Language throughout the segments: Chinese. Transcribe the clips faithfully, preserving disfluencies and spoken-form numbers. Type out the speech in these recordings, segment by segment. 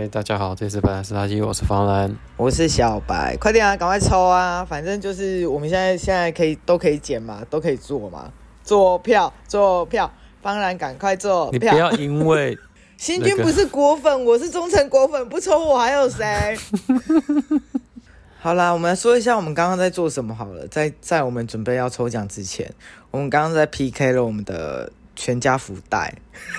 嗨，大家好，这是本来是垃圾，我是方兰， 我是小白，快点啊，赶快抽啊！反正就是我们现在现在可以都可以剪嘛，都可以做嘛，做票做票，方兰赶快做票。 你不要因为新军不是果粉，我是忠诚果粉，不抽我还有谁？好啦，我们来说一下我们刚刚在做什么好了。在在我们准备要抽奖之前，我们刚刚在 P K 了我们的全家福袋。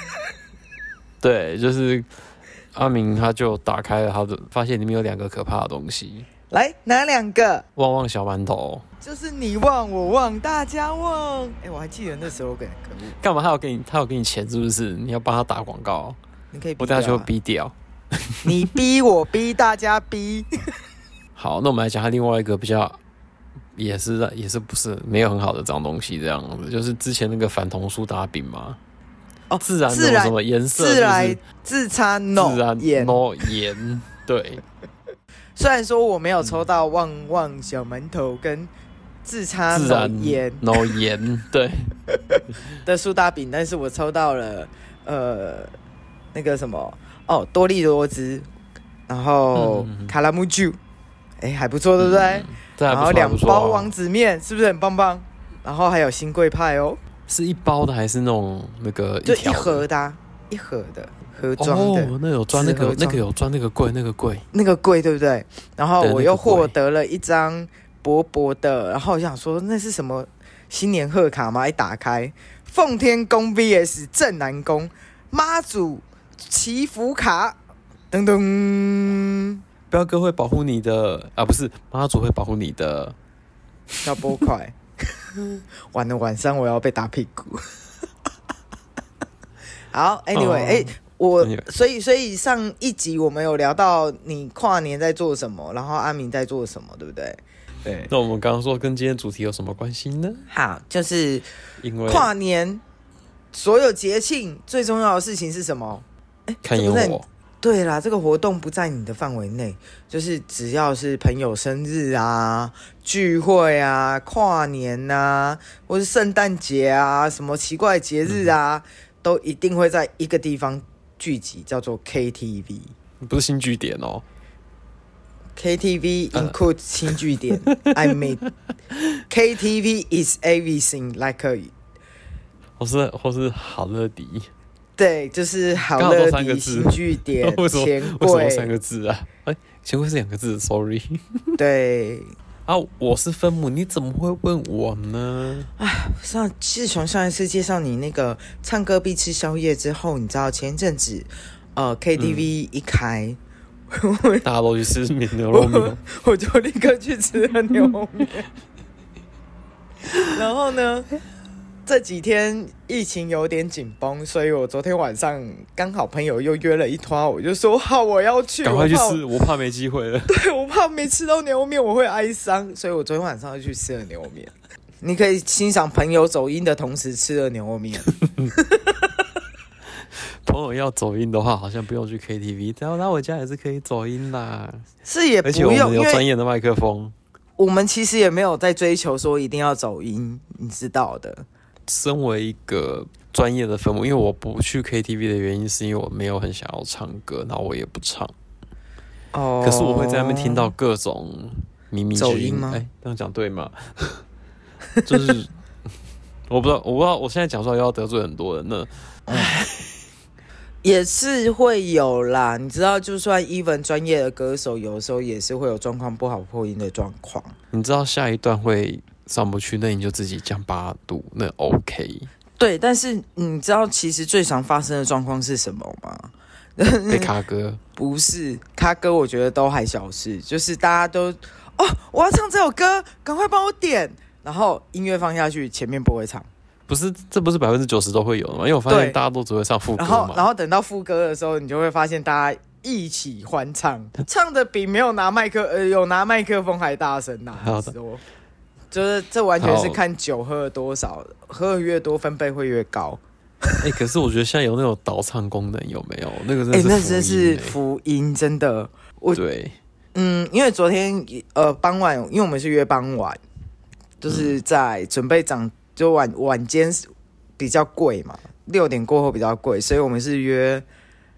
对，就是阿明他就打开了他的，发现里面有两个可怕的东西。 来，哪两个？ 旺旺小馒头， 就是你旺我旺大家旺。哎、欸，我还记得那时候给可恶。 干嘛？他有给你，他有给你钱是不是？你要帮他打广告？ 你可以逼、啊， 我等下就会逼掉。 你逼我逼大家逼。 好，那我们来讲他另外一个比较，也是也是不是没有很好的脏东西，这样子，就是之前那个反同苏打饼嘛。 哦， 自然的什么颜色？ 自然自擦 no 自然盐 no 盐，对。 虽然说我没有抽到旺旺小馒头跟自擦 no 盐 no 盐对的苏打饼，但是我抽到了呃那个什么哦多利多汁，然后卡拉木酒，哎还不错对不对？ 嗯、 然后两包王子面，是不是很棒棒？然后还有新贵派哦。 是一包的还是那种那个就一盒的、啊，一盒的盒装的。 哦，那有装那个那个有装那个柜那个柜那个柜对不对？然后我又获得了一张薄薄的，然后我想说那是什么新年贺卡吗？一打开，奉天宫 V S 正南宫妈祖祈福卡，噔噔， 彪哥会保护你的啊，不是妈祖会保护你的小波块。完了，晚上我要被打屁股。好 ，Anyway， 哎、欸，我所以所以上一集我们有聊到你跨年在做什么，然后阿明在做什么，对不对？对。 那我们刚刚说跟今天主题有什么关系呢？ 好，就是因为跨年所有节庆最重要的事情是什么？哎、欸， 看烟火。 对啦，这个活动不在你的范围内，就是只要是朋友生日啊、聚会啊、跨年啊，或是圣诞节啊，什么奇怪的节日啊、嗯，都一定会在一个地方聚集，叫做 K T V。 不是新据点哦。 K T V include、呃、新据点。I mean K T V is everything like a， 或是或是好乐迪。 对，就是好乐迪新据点钱柜。 为什么三个字啊？哎、欸，钱柜是两个字 ，sorry。 对啊，我是分母，你怎么会问我呢？ 哎，上自从上一次介绍你那个唱歌必吃宵夜之后，你知道前一阵子呃 K T V 一开， 嗯、大家都去吃牛肉面， 我, 我就立刻去吃了牛肉面。然后呢？这几天疫情有点紧绷，所以我昨天晚上刚好朋友又约了一团，我就说好我要去， 赶快去吃，我怕没机会了。 对，我怕没吃到牛肉面我会哀伤，所以我昨天晚上就去吃了牛肉面。你可以欣赏朋友走音的同时吃了牛肉面。 朋友要走音的话，好像不用去 K T V， 只要来我家也是可以走音啦。 是也不用， 而且我们有专业的麦克风。 我们其实也没有在追求说一定要走音，你知道的。 身为一个专业的分母，因为我不去 K T V 的原因，是因为我没有很想要唱歌，然后我也不唱。哦、oh, 可是我会在那边听到各种靡靡之音吗？哎、欸，这样讲对吗？就是我不知道，我不知道，我现在讲出来要得罪很多人呢。 也是会有啦，你知道，就算 even 专业的歌手，有的时候也是会有状况不好破音的状况。 你知道下一段会上不去，那你就自己降八度，那 OK。 对，但是你知道其实最常发生的状况是什么吗？ 被卡歌？ 不是卡歌，我觉得都还小事，就是大家都哦，我要唱这首歌，赶快帮我点，然后音乐放下去，前面不会唱。 不是，这不是百分之九十都会有的吗？因为我发现大家都只会唱副歌嘛。 然后，然后等到副歌的时候，你就会发现大家一起欢唱，唱的比没有拿麦克呃有拿麦克风还大声呐、啊。说，就是这完全是看酒喝了多少，喝的越多分贝会越高。 哎、欸，可是我觉得现在有那种导唱功能，有没有？那个真的是福音、欸欸、 那真是福音，真的。我对， 嗯，因为昨天呃傍晚，因为我们是约傍晚，就是在准备长。就晚晚间比较贵嘛，六点过后比较贵，所以我们是约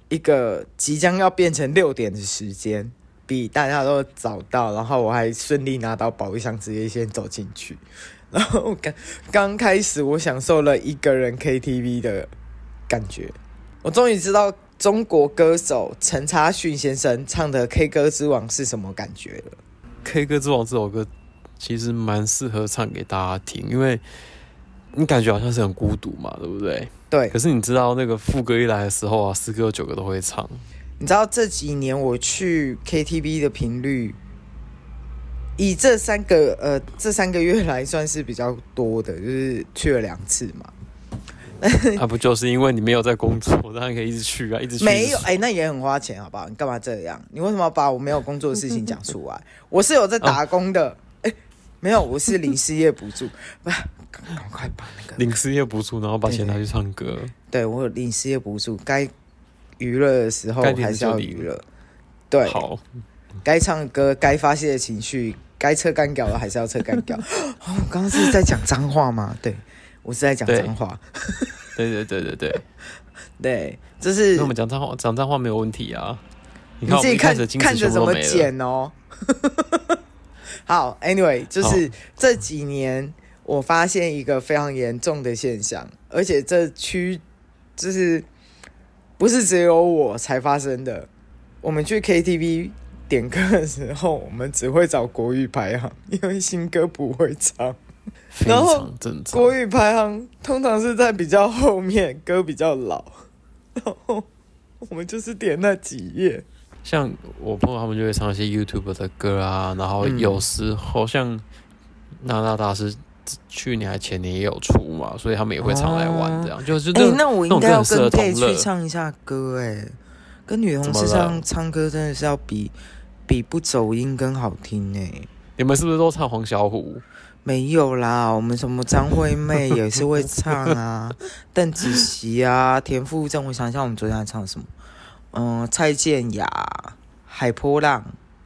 一个即将要变成六点的时间，比大家都早到，然后我还顺利拿到包厢，直接先走进去。然后刚刚开始，我享受了一个人 K T V 的感觉。我终于知道中国歌手陈插迅先生唱的《K 歌之王》是什么感觉了。 K 歌之王这首歌其实蛮适合唱给大家听，因为你感觉好像是很孤独嘛，对不对？ 对。 可是你知道那个副歌一来的时候啊，十个有九个都会唱。 你知道这几年我去 K T V 的频率，以这三个呃这三个月来算是比较多的，就是去了两次嘛。 啊，不就是因为你没有在工作，当然可以一直去啊，一直去。 没有，哎、欸，那也很花钱，好不好？你干嘛这样？你为什么要把我没有工作的事情讲出来？我是有在打工的，哎、哦欸，没有，我是领失业补助。不，赶快把那个领失业补助，然后把钱拿去唱歌。 对，我有领失业补助，该娱乐的时候还是要娱乐。对， 好， 该唱歌、该发泄的情绪、该测干屌的还是要测干屌。哦，我刚刚是在讲脏话吗？对。我是在讲脏话， 对对对对对对，这是那我们讲脏话，讲脏话没有问题啊。 你, 你自己看看着怎么剪哦。好 ，anyway， 就是这几年我发现一个非常严重的现象，而且这区就是不是只有我才发生的。我们去 K T V 点歌的时候，我们只会找国语排行，因为新歌不会唱。然后国语排行通常是在比较后面，歌比较老，然后我们就是点那几页。 像我朋友他们就会唱一些 YouTube 的歌啊，然后有时候像娜娜大师去年还前年也有出嘛，所以他们也会唱来玩这样。哦、就是哎、 欸，那我应该要跟 gay 去唱一下歌哎、欸，跟女同事唱唱歌真的是要比比不走音更好听哎、欸。 你们是不是都唱黄小琥？ 没有啦，我们什么张惠妹也是会唱啊，邓紫棋啊，田馥甄，我想一下，我们昨天还唱什么？嗯，蔡健雅，海波浪。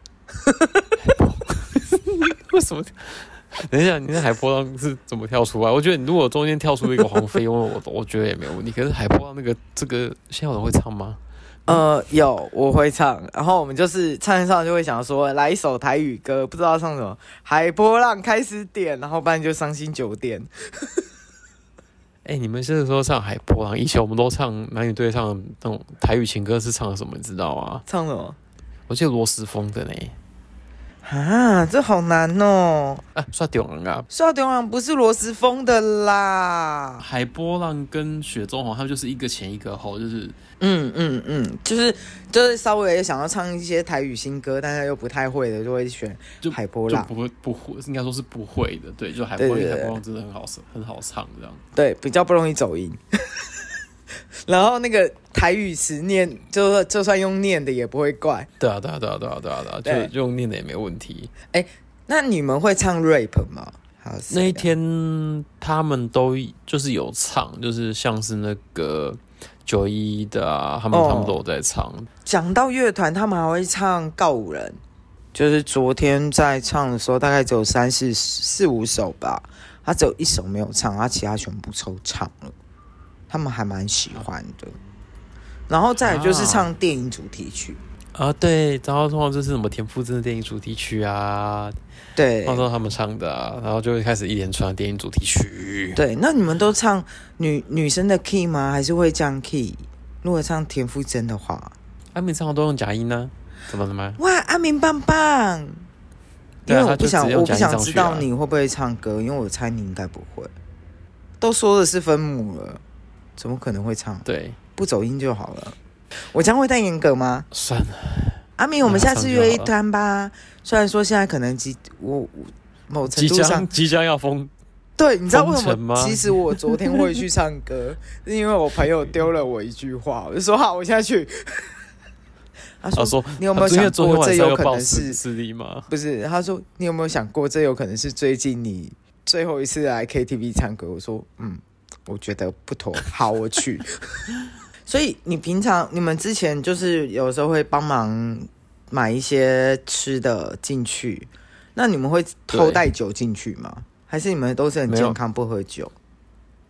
为什么？等一下，你那海波浪是怎么跳出来？我觉得你如果中间跳出一个黄飞翁，我我觉得也没有问题。可是海波浪那个这个，现在有人会唱吗？ 呃，有，我会唱，然后我们就是唱一唱就会想说来一首台语歌，不知道唱什么，海波浪开始点，然后不然就伤心酒店。 哎、欸，你们这个时候唱海波浪，以前我们都唱男女对唱的那种台语情歌是唱的什么？你知道吗？ 唱什么？ 我记得罗时丰的呢。 啊，这好难哦！ 啊，刷中人啊！ 刷中人不是罗时丰的啦。 海波浪跟雪中红，他们就是一个前一个后，就是嗯嗯嗯，就是就是稍微想要唱一些台语新歌，但是又不太会的，就会选海波浪。 就不会不会，应该说是不会的，对，就海波浪，海波浪真的很好很好唱这样。 对，比较不容易走音。然后那个台语词念，就就算用念的也不会怪。 对啊，对啊，对啊，对啊，对啊，对啊，就用念的也没问题。 哎、欸，那你们会唱 rap 吗？ 那一天他们都就是有唱，就是像是那个九一的啊，他们、哦、他们都有在唱。 讲到乐团，他们还会唱告五人，就是昨天在唱的时候，大概只有三四四五首吧，他只有一首没有唱，他其他全部都唱了。他们还蛮喜欢的，然后再来就是唱电影主题曲啊, 啊，对，然后通常就是什么田馥甄的电影主题曲啊， 对， 到时候他们唱的、啊，然后就会开始一连串的电影主题曲。 对，那你们都唱女女生的 key 吗？还是会降 key？ 如果唱田馥甄的话， 阿明唱的都用假音呢、啊，怎么了吗？ 哇，阿明棒棒！因为我不想， 啊、 我不想知道你会不会唱歌，因为我猜你应该不会。都说的是分母了。怎么可能会唱？ 对， 不走音就好了。我将会太严格吗？ 算了， 阿明，我们下次约一摊吧。虽然说现在可能即我我某程度上即将即将要封， 对，你知道为什么？其实我昨天会去唱歌，是因为我朋友丢了我一句话，我就说好，我现在去。他说：“说你有没有想过，这有可能是势力吗？ 不是，他说你有没有想过，这有可能是最近你最后一次来 K T V 唱歌？”我说：“嗯。”我觉得不妥，好，我去。所以你平常你们之前就是有时候会帮忙买一些吃的进去，那你们会偷带酒进去吗？还是你们都是很健康不喝酒？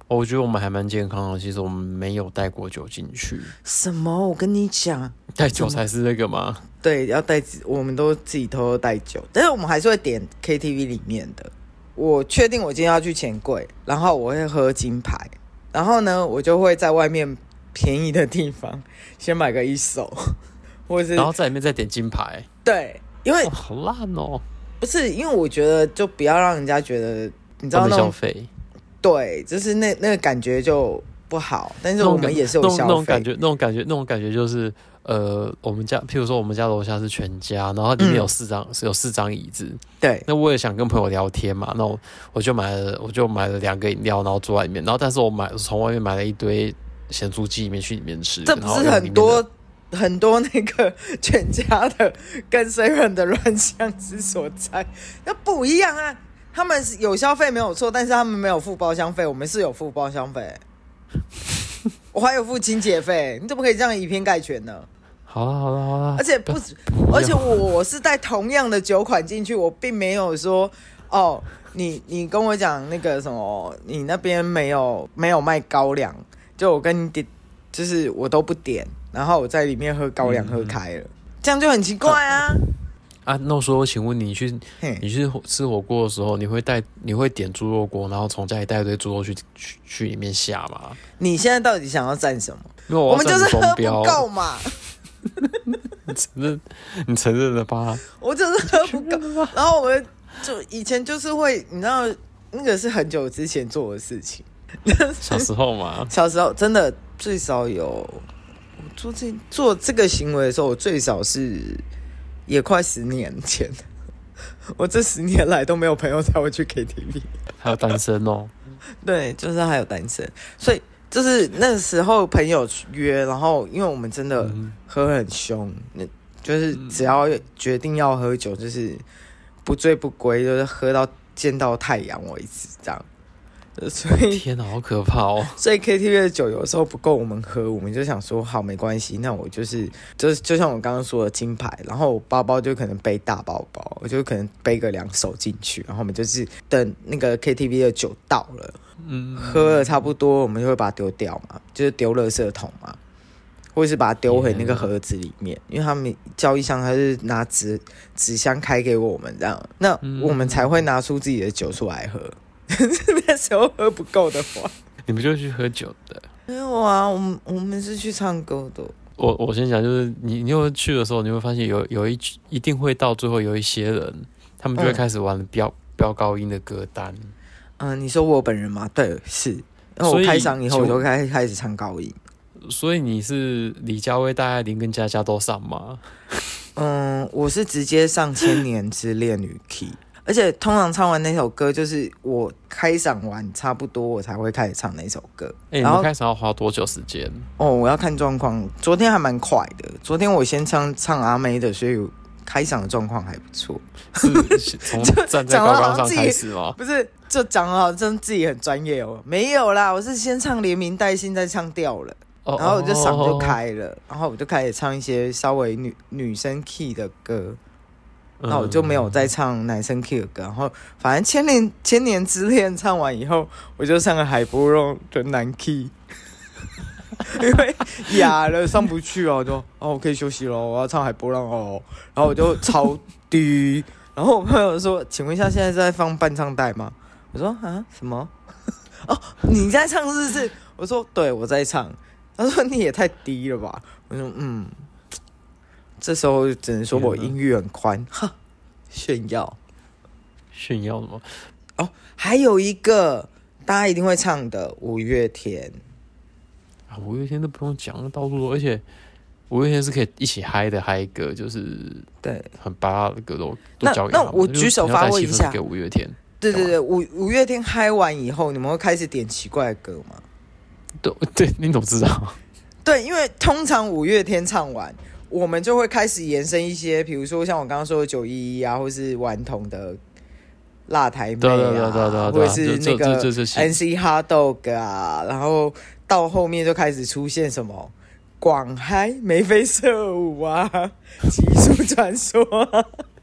我觉得我们还蛮健康的，其实我们没有带过酒进去。 什么？我跟你讲， 带酒才是那个吗？ 对，要带，我们都自己偷偷带酒，但是我们还是会点 K T V 里面的。我确定我今天要去钱柜，然后我会喝金牌，然后呢，我就会在外面便宜的地方先买个一手，或是然后在里面再点金牌。 对，因为、 哦、好烂哦。 不是，因为我觉得就不要让人家觉得你知道那种消费， 对，就是那那个感觉就不好。但是我们也是有消费， 那种感觉，那种感觉，那种感觉就是，呃，我们家，譬如说我们家楼下是全家，然后里面有四张，嗯、有四张椅子。 对。 那我也想跟朋友聊天嘛，那我我就买了，我就买了两个饮料，然后坐在里面，然后但是我买从外面买了一堆咸酥鸡里面去里面吃， 这不是很多。很多那个全家的跟 seven 的乱象之所在，那不一样啊。他们有消费没有错，但是他们没有付包厢费，我们是有付包厢费，我还有付清洁费，你怎么可以这样以偏概全呢？ 好了好了好了， 而且不止，而且我是带同样的酒款进去，我并没有说哦，你你跟我讲那个什么，你那边没有没有卖高粱，就我跟你点，就是我都不点。然后我在里面喝高粱喝开了，嗯、这样就很奇怪啊！ 啊，那我说，请问你去你去吃火锅的时候，你会带你会点猪肉锅，然后从家里带一堆猪肉去去去里面下吗？ 你现在到底想要蘸什么？ 因为 我, 我们就是喝不够嘛！ 你承认你承认了吧？ 我就是喝不够，然后我们就以前就是会，你知道那个是很久之前做的事情， 小时候嘛， 小时候真的最少有。做这做这个行为的时候，我最少是也快十年前。我这十年来都没有朋友带我去 K T V， 还有单身哦。 对，就是还有单身，所以就是那时候朋友约，然后因为我们真的喝很凶，那、嗯、就是只要决定要喝酒，就是不醉不归，就是喝到见到太阳为止，这样。所以天哪，好可怕哦！ 所以 K T V 的酒有时候不够我们喝，我们就想说好没关系，那我就是就是就像我刚刚说的金牌，然后我包包就可能背大包包，我就可能背个两手进去，然后我们就是等那个 K T V 的酒到了，嗯，喝了差不多，我们就会把它丢掉嘛，就是丢垃圾桶嘛，或者是把它丢回那个盒子里面，因为他们交易商他是拿纸纸箱开给我们这样，那我们才会拿出自己的酒出来喝。那时候喝不够的话， 你们就去喝酒的？ 没有啊，我们我们是去唱歌的。 我我先讲，就是你你有去的时候，你会发现有有一一定会到最后有一些人，他们就会开始玩飙飙、嗯、高音的歌单。 嗯、呃，你说我本人吗？对，是。然后我开嗓以后，我就开开始唱高音。 所以你是李佳薇、戴爱玲跟佳佳都上吗？ 嗯，我是直接上《千年之恋》女 key。而且通常唱完那首歌，就是我开嗓完差不多，我才会开始唱那首歌。 哎、欸，你们开嗓要花多久时间？ 哦，我要看状况。昨天还蛮快的，昨天我先唱唱阿妹的，所以开嗓的状况还不错。 是从站在高岗上开始吗？ 不是，就讲得好像自己很专业哦。没有啦，我是先唱连名带姓，再唱调了，哦、然后我就嗓就开了，哦、然后我就开始唱一些稍微女女生 key 的歌。那我就没有再唱男生 key 的歌，然后反正千年千年之恋唱完以后，我就唱个海波肉的男 key， 因为哑了上不去哦，就哦我可以休息了，我要唱海波浪哦，然后我就超低，然后我朋友说，请问一下现在在放伴唱带吗？我说啊什么？哦你在唱是不是？我说对我在唱，他说你也太低了吧？我说嗯。这时候只能说我音域很宽，哈，炫耀， 炫耀什么？ 哦，还有一个大家一定会唱的五月天啊，五月天都不用讲，到处都，而且五月天是可以一起嗨的，嗨一个就是对很巴拉的歌都都交给他们。 那我举手发问一下， 给五月天。 对对对，五五月天嗨完以后，你们会开始点奇怪的歌吗？ 对对，你怎么知道？ 对，因为通常五月天唱完。我们就会开始延伸一些，比如说像我刚刚说的九一一啊，或是顽童的辣台妹啊，或者是那个 N C Hot Dog 啊，然后到后面就开始出现什么广嗨眉飞色舞啊，极速传说啊，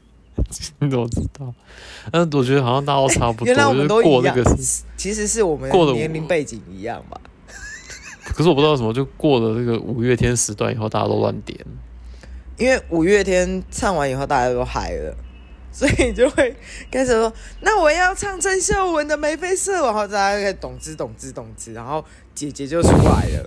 你怎么知道？但是我觉得好像大家都差不多， 原来我们都一样。 就是过那个其实是我们年龄背景一样吧。 可是我不知道为什么，就过了这个五月天时段以后，大家都乱点。 因为五月天唱完以后，大家都嗨了，所以就会开始说：“那我要唱郑秀文的《眉飞色舞》。”然后大家就开始懂之懂之懂之，然后姐姐就出来了。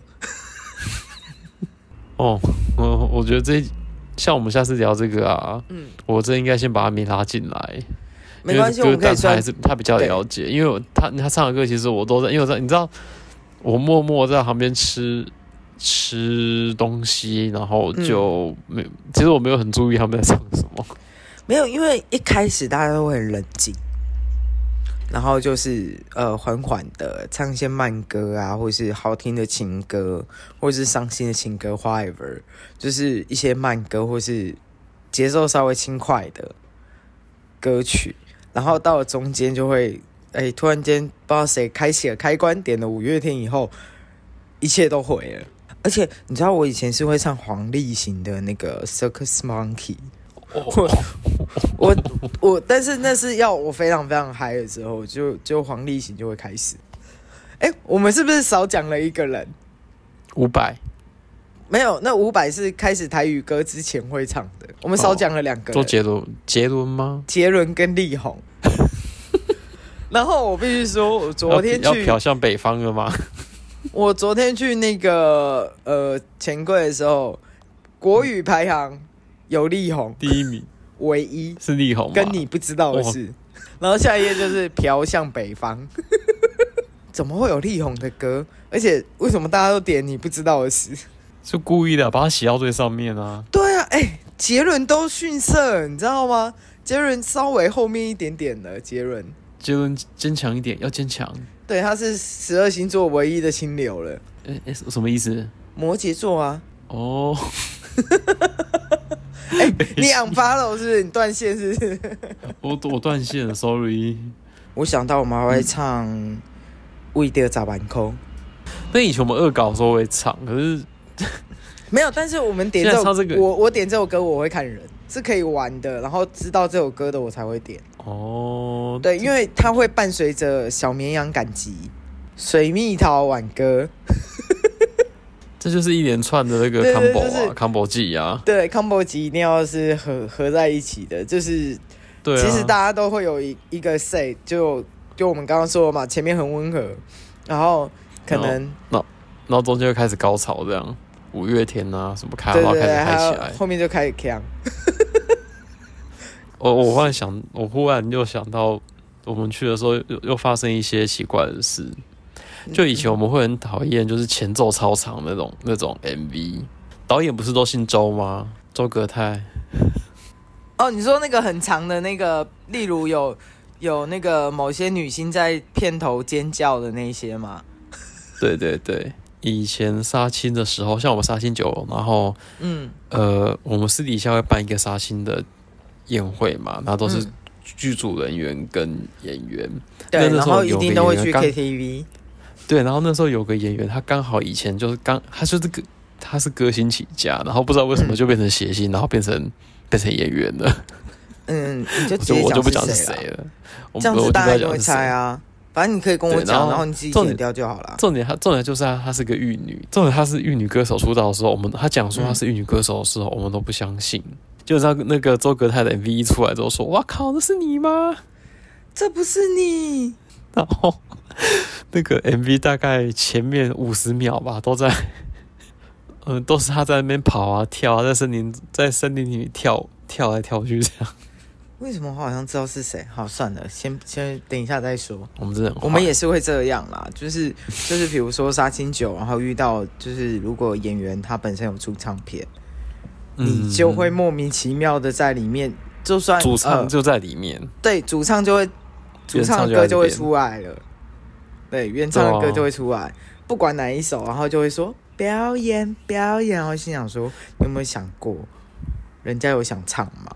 哦，我我觉得这像我们下次聊这个啊，嗯，我这应该先把阿明拉进来。 没关系，我们可以他还是他比较了解，因为我他他唱的歌其实我都在，因为我在你知道，我默默在旁边吃吃东西，然后就没、嗯，其实我没有很注意他们在唱什么。 没有，因为一开始大家都会很冷静，然后就是呃缓缓的唱一些慢歌啊，或是好听的情歌，或是伤心的情歌 ，whatever， 就是一些慢歌或是节奏稍微轻快的歌曲。然后到了中间就会，哎，突然间不知道谁开启了开关，点了五月天以后，一切都毁了。而且你知道我以前是会唱黄立行的那个 Circus Monkey， 我我我，但是那是要我非常非常嗨的时候，就就黄立行就会开始。哎，我们是不是少讲了一个人？ 伍佰。 没有，那伍佰是开始台语歌之前会唱的。我们少讲了两个人， 周杰伦，杰伦吗？ 杰伦跟力宏。然后我必须说，我昨天去要飘向北方了吗？ 我昨天去那个呃钱柜的时候，国语排行有力宏第一名， 唯一是力宏， 跟你不知道的是。然后下一页就是飘向北方。怎么会有力宏的歌？而且为什么大家都点你不知道的事？ 是故意的，把它写到最上面啊！ 对啊，哎、欸，杰伦都逊色，你知道吗？杰伦稍微后面一点点的，杰伦， 杰伦坚强一点，要坚强。 对，他是十二星座唯一的清流了。 哎、欸、什么意思？ 摩羯座啊。 哦。 哎、欸，你 unfollow 是不是？你断线是不是？ 我我断线了 ，sorry。 我想到我们还会唱《为着十万块》。 那以前我们恶搞的时候会唱，可是。 没有，但是我们点这首，这个、我我点这首歌我会看人，是可以玩的，然后知道这首歌的我才会点。 哦， 对，因为它会伴随着小绵羊赶集、水蜜桃挽歌， 这就是一连串的那个 combo 啊、就是、，combo 技啊。 对 ，combo 技一定要是合合在一起的，就是， 对、啊， 其实大家都会有一一个 say， 就就我们刚刚说的嘛，前面很温和，然后可能， 然后然后中间就开始高潮这样。五月天啊，什么开花开始嗨起来， 后面就开始鏘。 我我忽然想，我忽然又想到，我们去的时候又又发生一些奇怪的事。就以前我们会很讨厌，就是前奏超长那种那种 M V， 导演不是都姓周吗？周格泰。 哦，你说那个很长的那个，例如有有那个某些女星在片头尖叫的那些吗？ 对对对。以前杀青的时候，像我们杀青酒楼，然后，嗯，呃，我们私底下会办一个杀青的宴会嘛，然后都是剧组人员跟演员，嗯、 对，然后一定都会去 K T V， 对，然后那时候有个演员，他刚好以前就是刚，他就是个他是歌星起家，然后不知道为什么就变成谐星，嗯、然后变成变成演员了。 嗯，你就直接讲是谁了，这样子大家就会猜啊。反正你可以跟我讲，然后你自己剪掉就好了。 重点，他重点就是他，她是个玉女。重点，她是玉女歌手出道的时候，我们他讲说她是玉女歌手的时候，我们都不相信。就在那个周格泰的 M V 一出来之后，说：“哇靠，那是你吗？ 这不是你。” 然后那个 M V 大概前面五十秒吧，都在，嗯、呃，都是他在那边跑啊跳啊，在森林在森林里跳跳来跳去这样。 为什么我好像知道是谁？好，算了，先先等一下再说。 我们真的， 我们也是会这样啦，就是就是，比如说杀青酒，然后遇到就是如果演员他本身有出唱片，嗯、你就会莫名其妙的在里面，就算主唱就在里面， 呃、对，主唱就会主唱的歌就会出来了，对，原唱的歌就会出来，不管哪一首，然后就会说表演表演，然后心想说，你有没有想过，人家有想唱吗？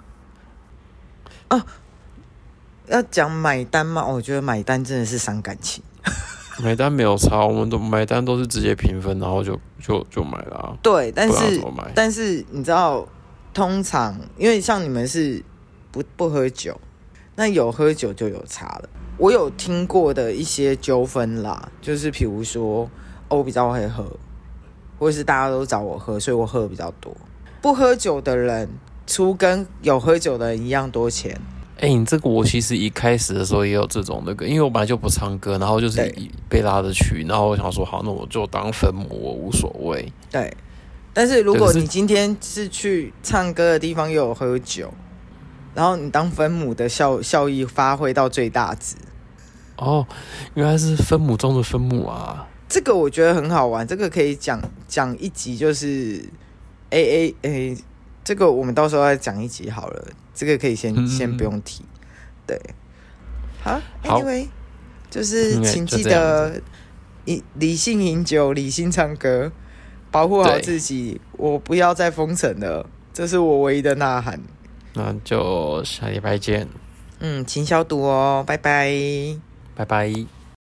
啊，要讲买单吗？我觉得买单真的是伤感情。 买单没有差，我们都买单都是直接评分，然后就就就买了、啊。 对，但是但是你知道，通常因为像你们是不不喝酒，那有喝酒就有差了。我有听过的一些纠纷啦，就是比如说、哦、我比较会喝，或者是大家都找我喝，所以我喝的比较多。不喝酒的人出跟有喝酒的人一样多钱。 哎、欸，你这个我其实一开始的时候也有这种那个，因为我本来就不唱歌，然后就是被拉着去，然后我想说好，那我就当分母，我无所谓。 对，但是如果你今天是去唱歌的地方又有喝酒，然后你当分母的效效益发挥到最大值。 哦，原来是分母中的分母啊！ 这个我觉得很好玩，这个可以讲讲一集，就是 A A A， 这个我们到时候再讲一集好了。这个可以先、嗯、先不用提。对，好 ，Anyway， 就是请记得理性饮酒，理性唱歌，保护好自己。我不要再封城了，这是我唯一的呐喊。 那就下礼拜见。 嗯，请消毒哦，拜拜。 拜拜。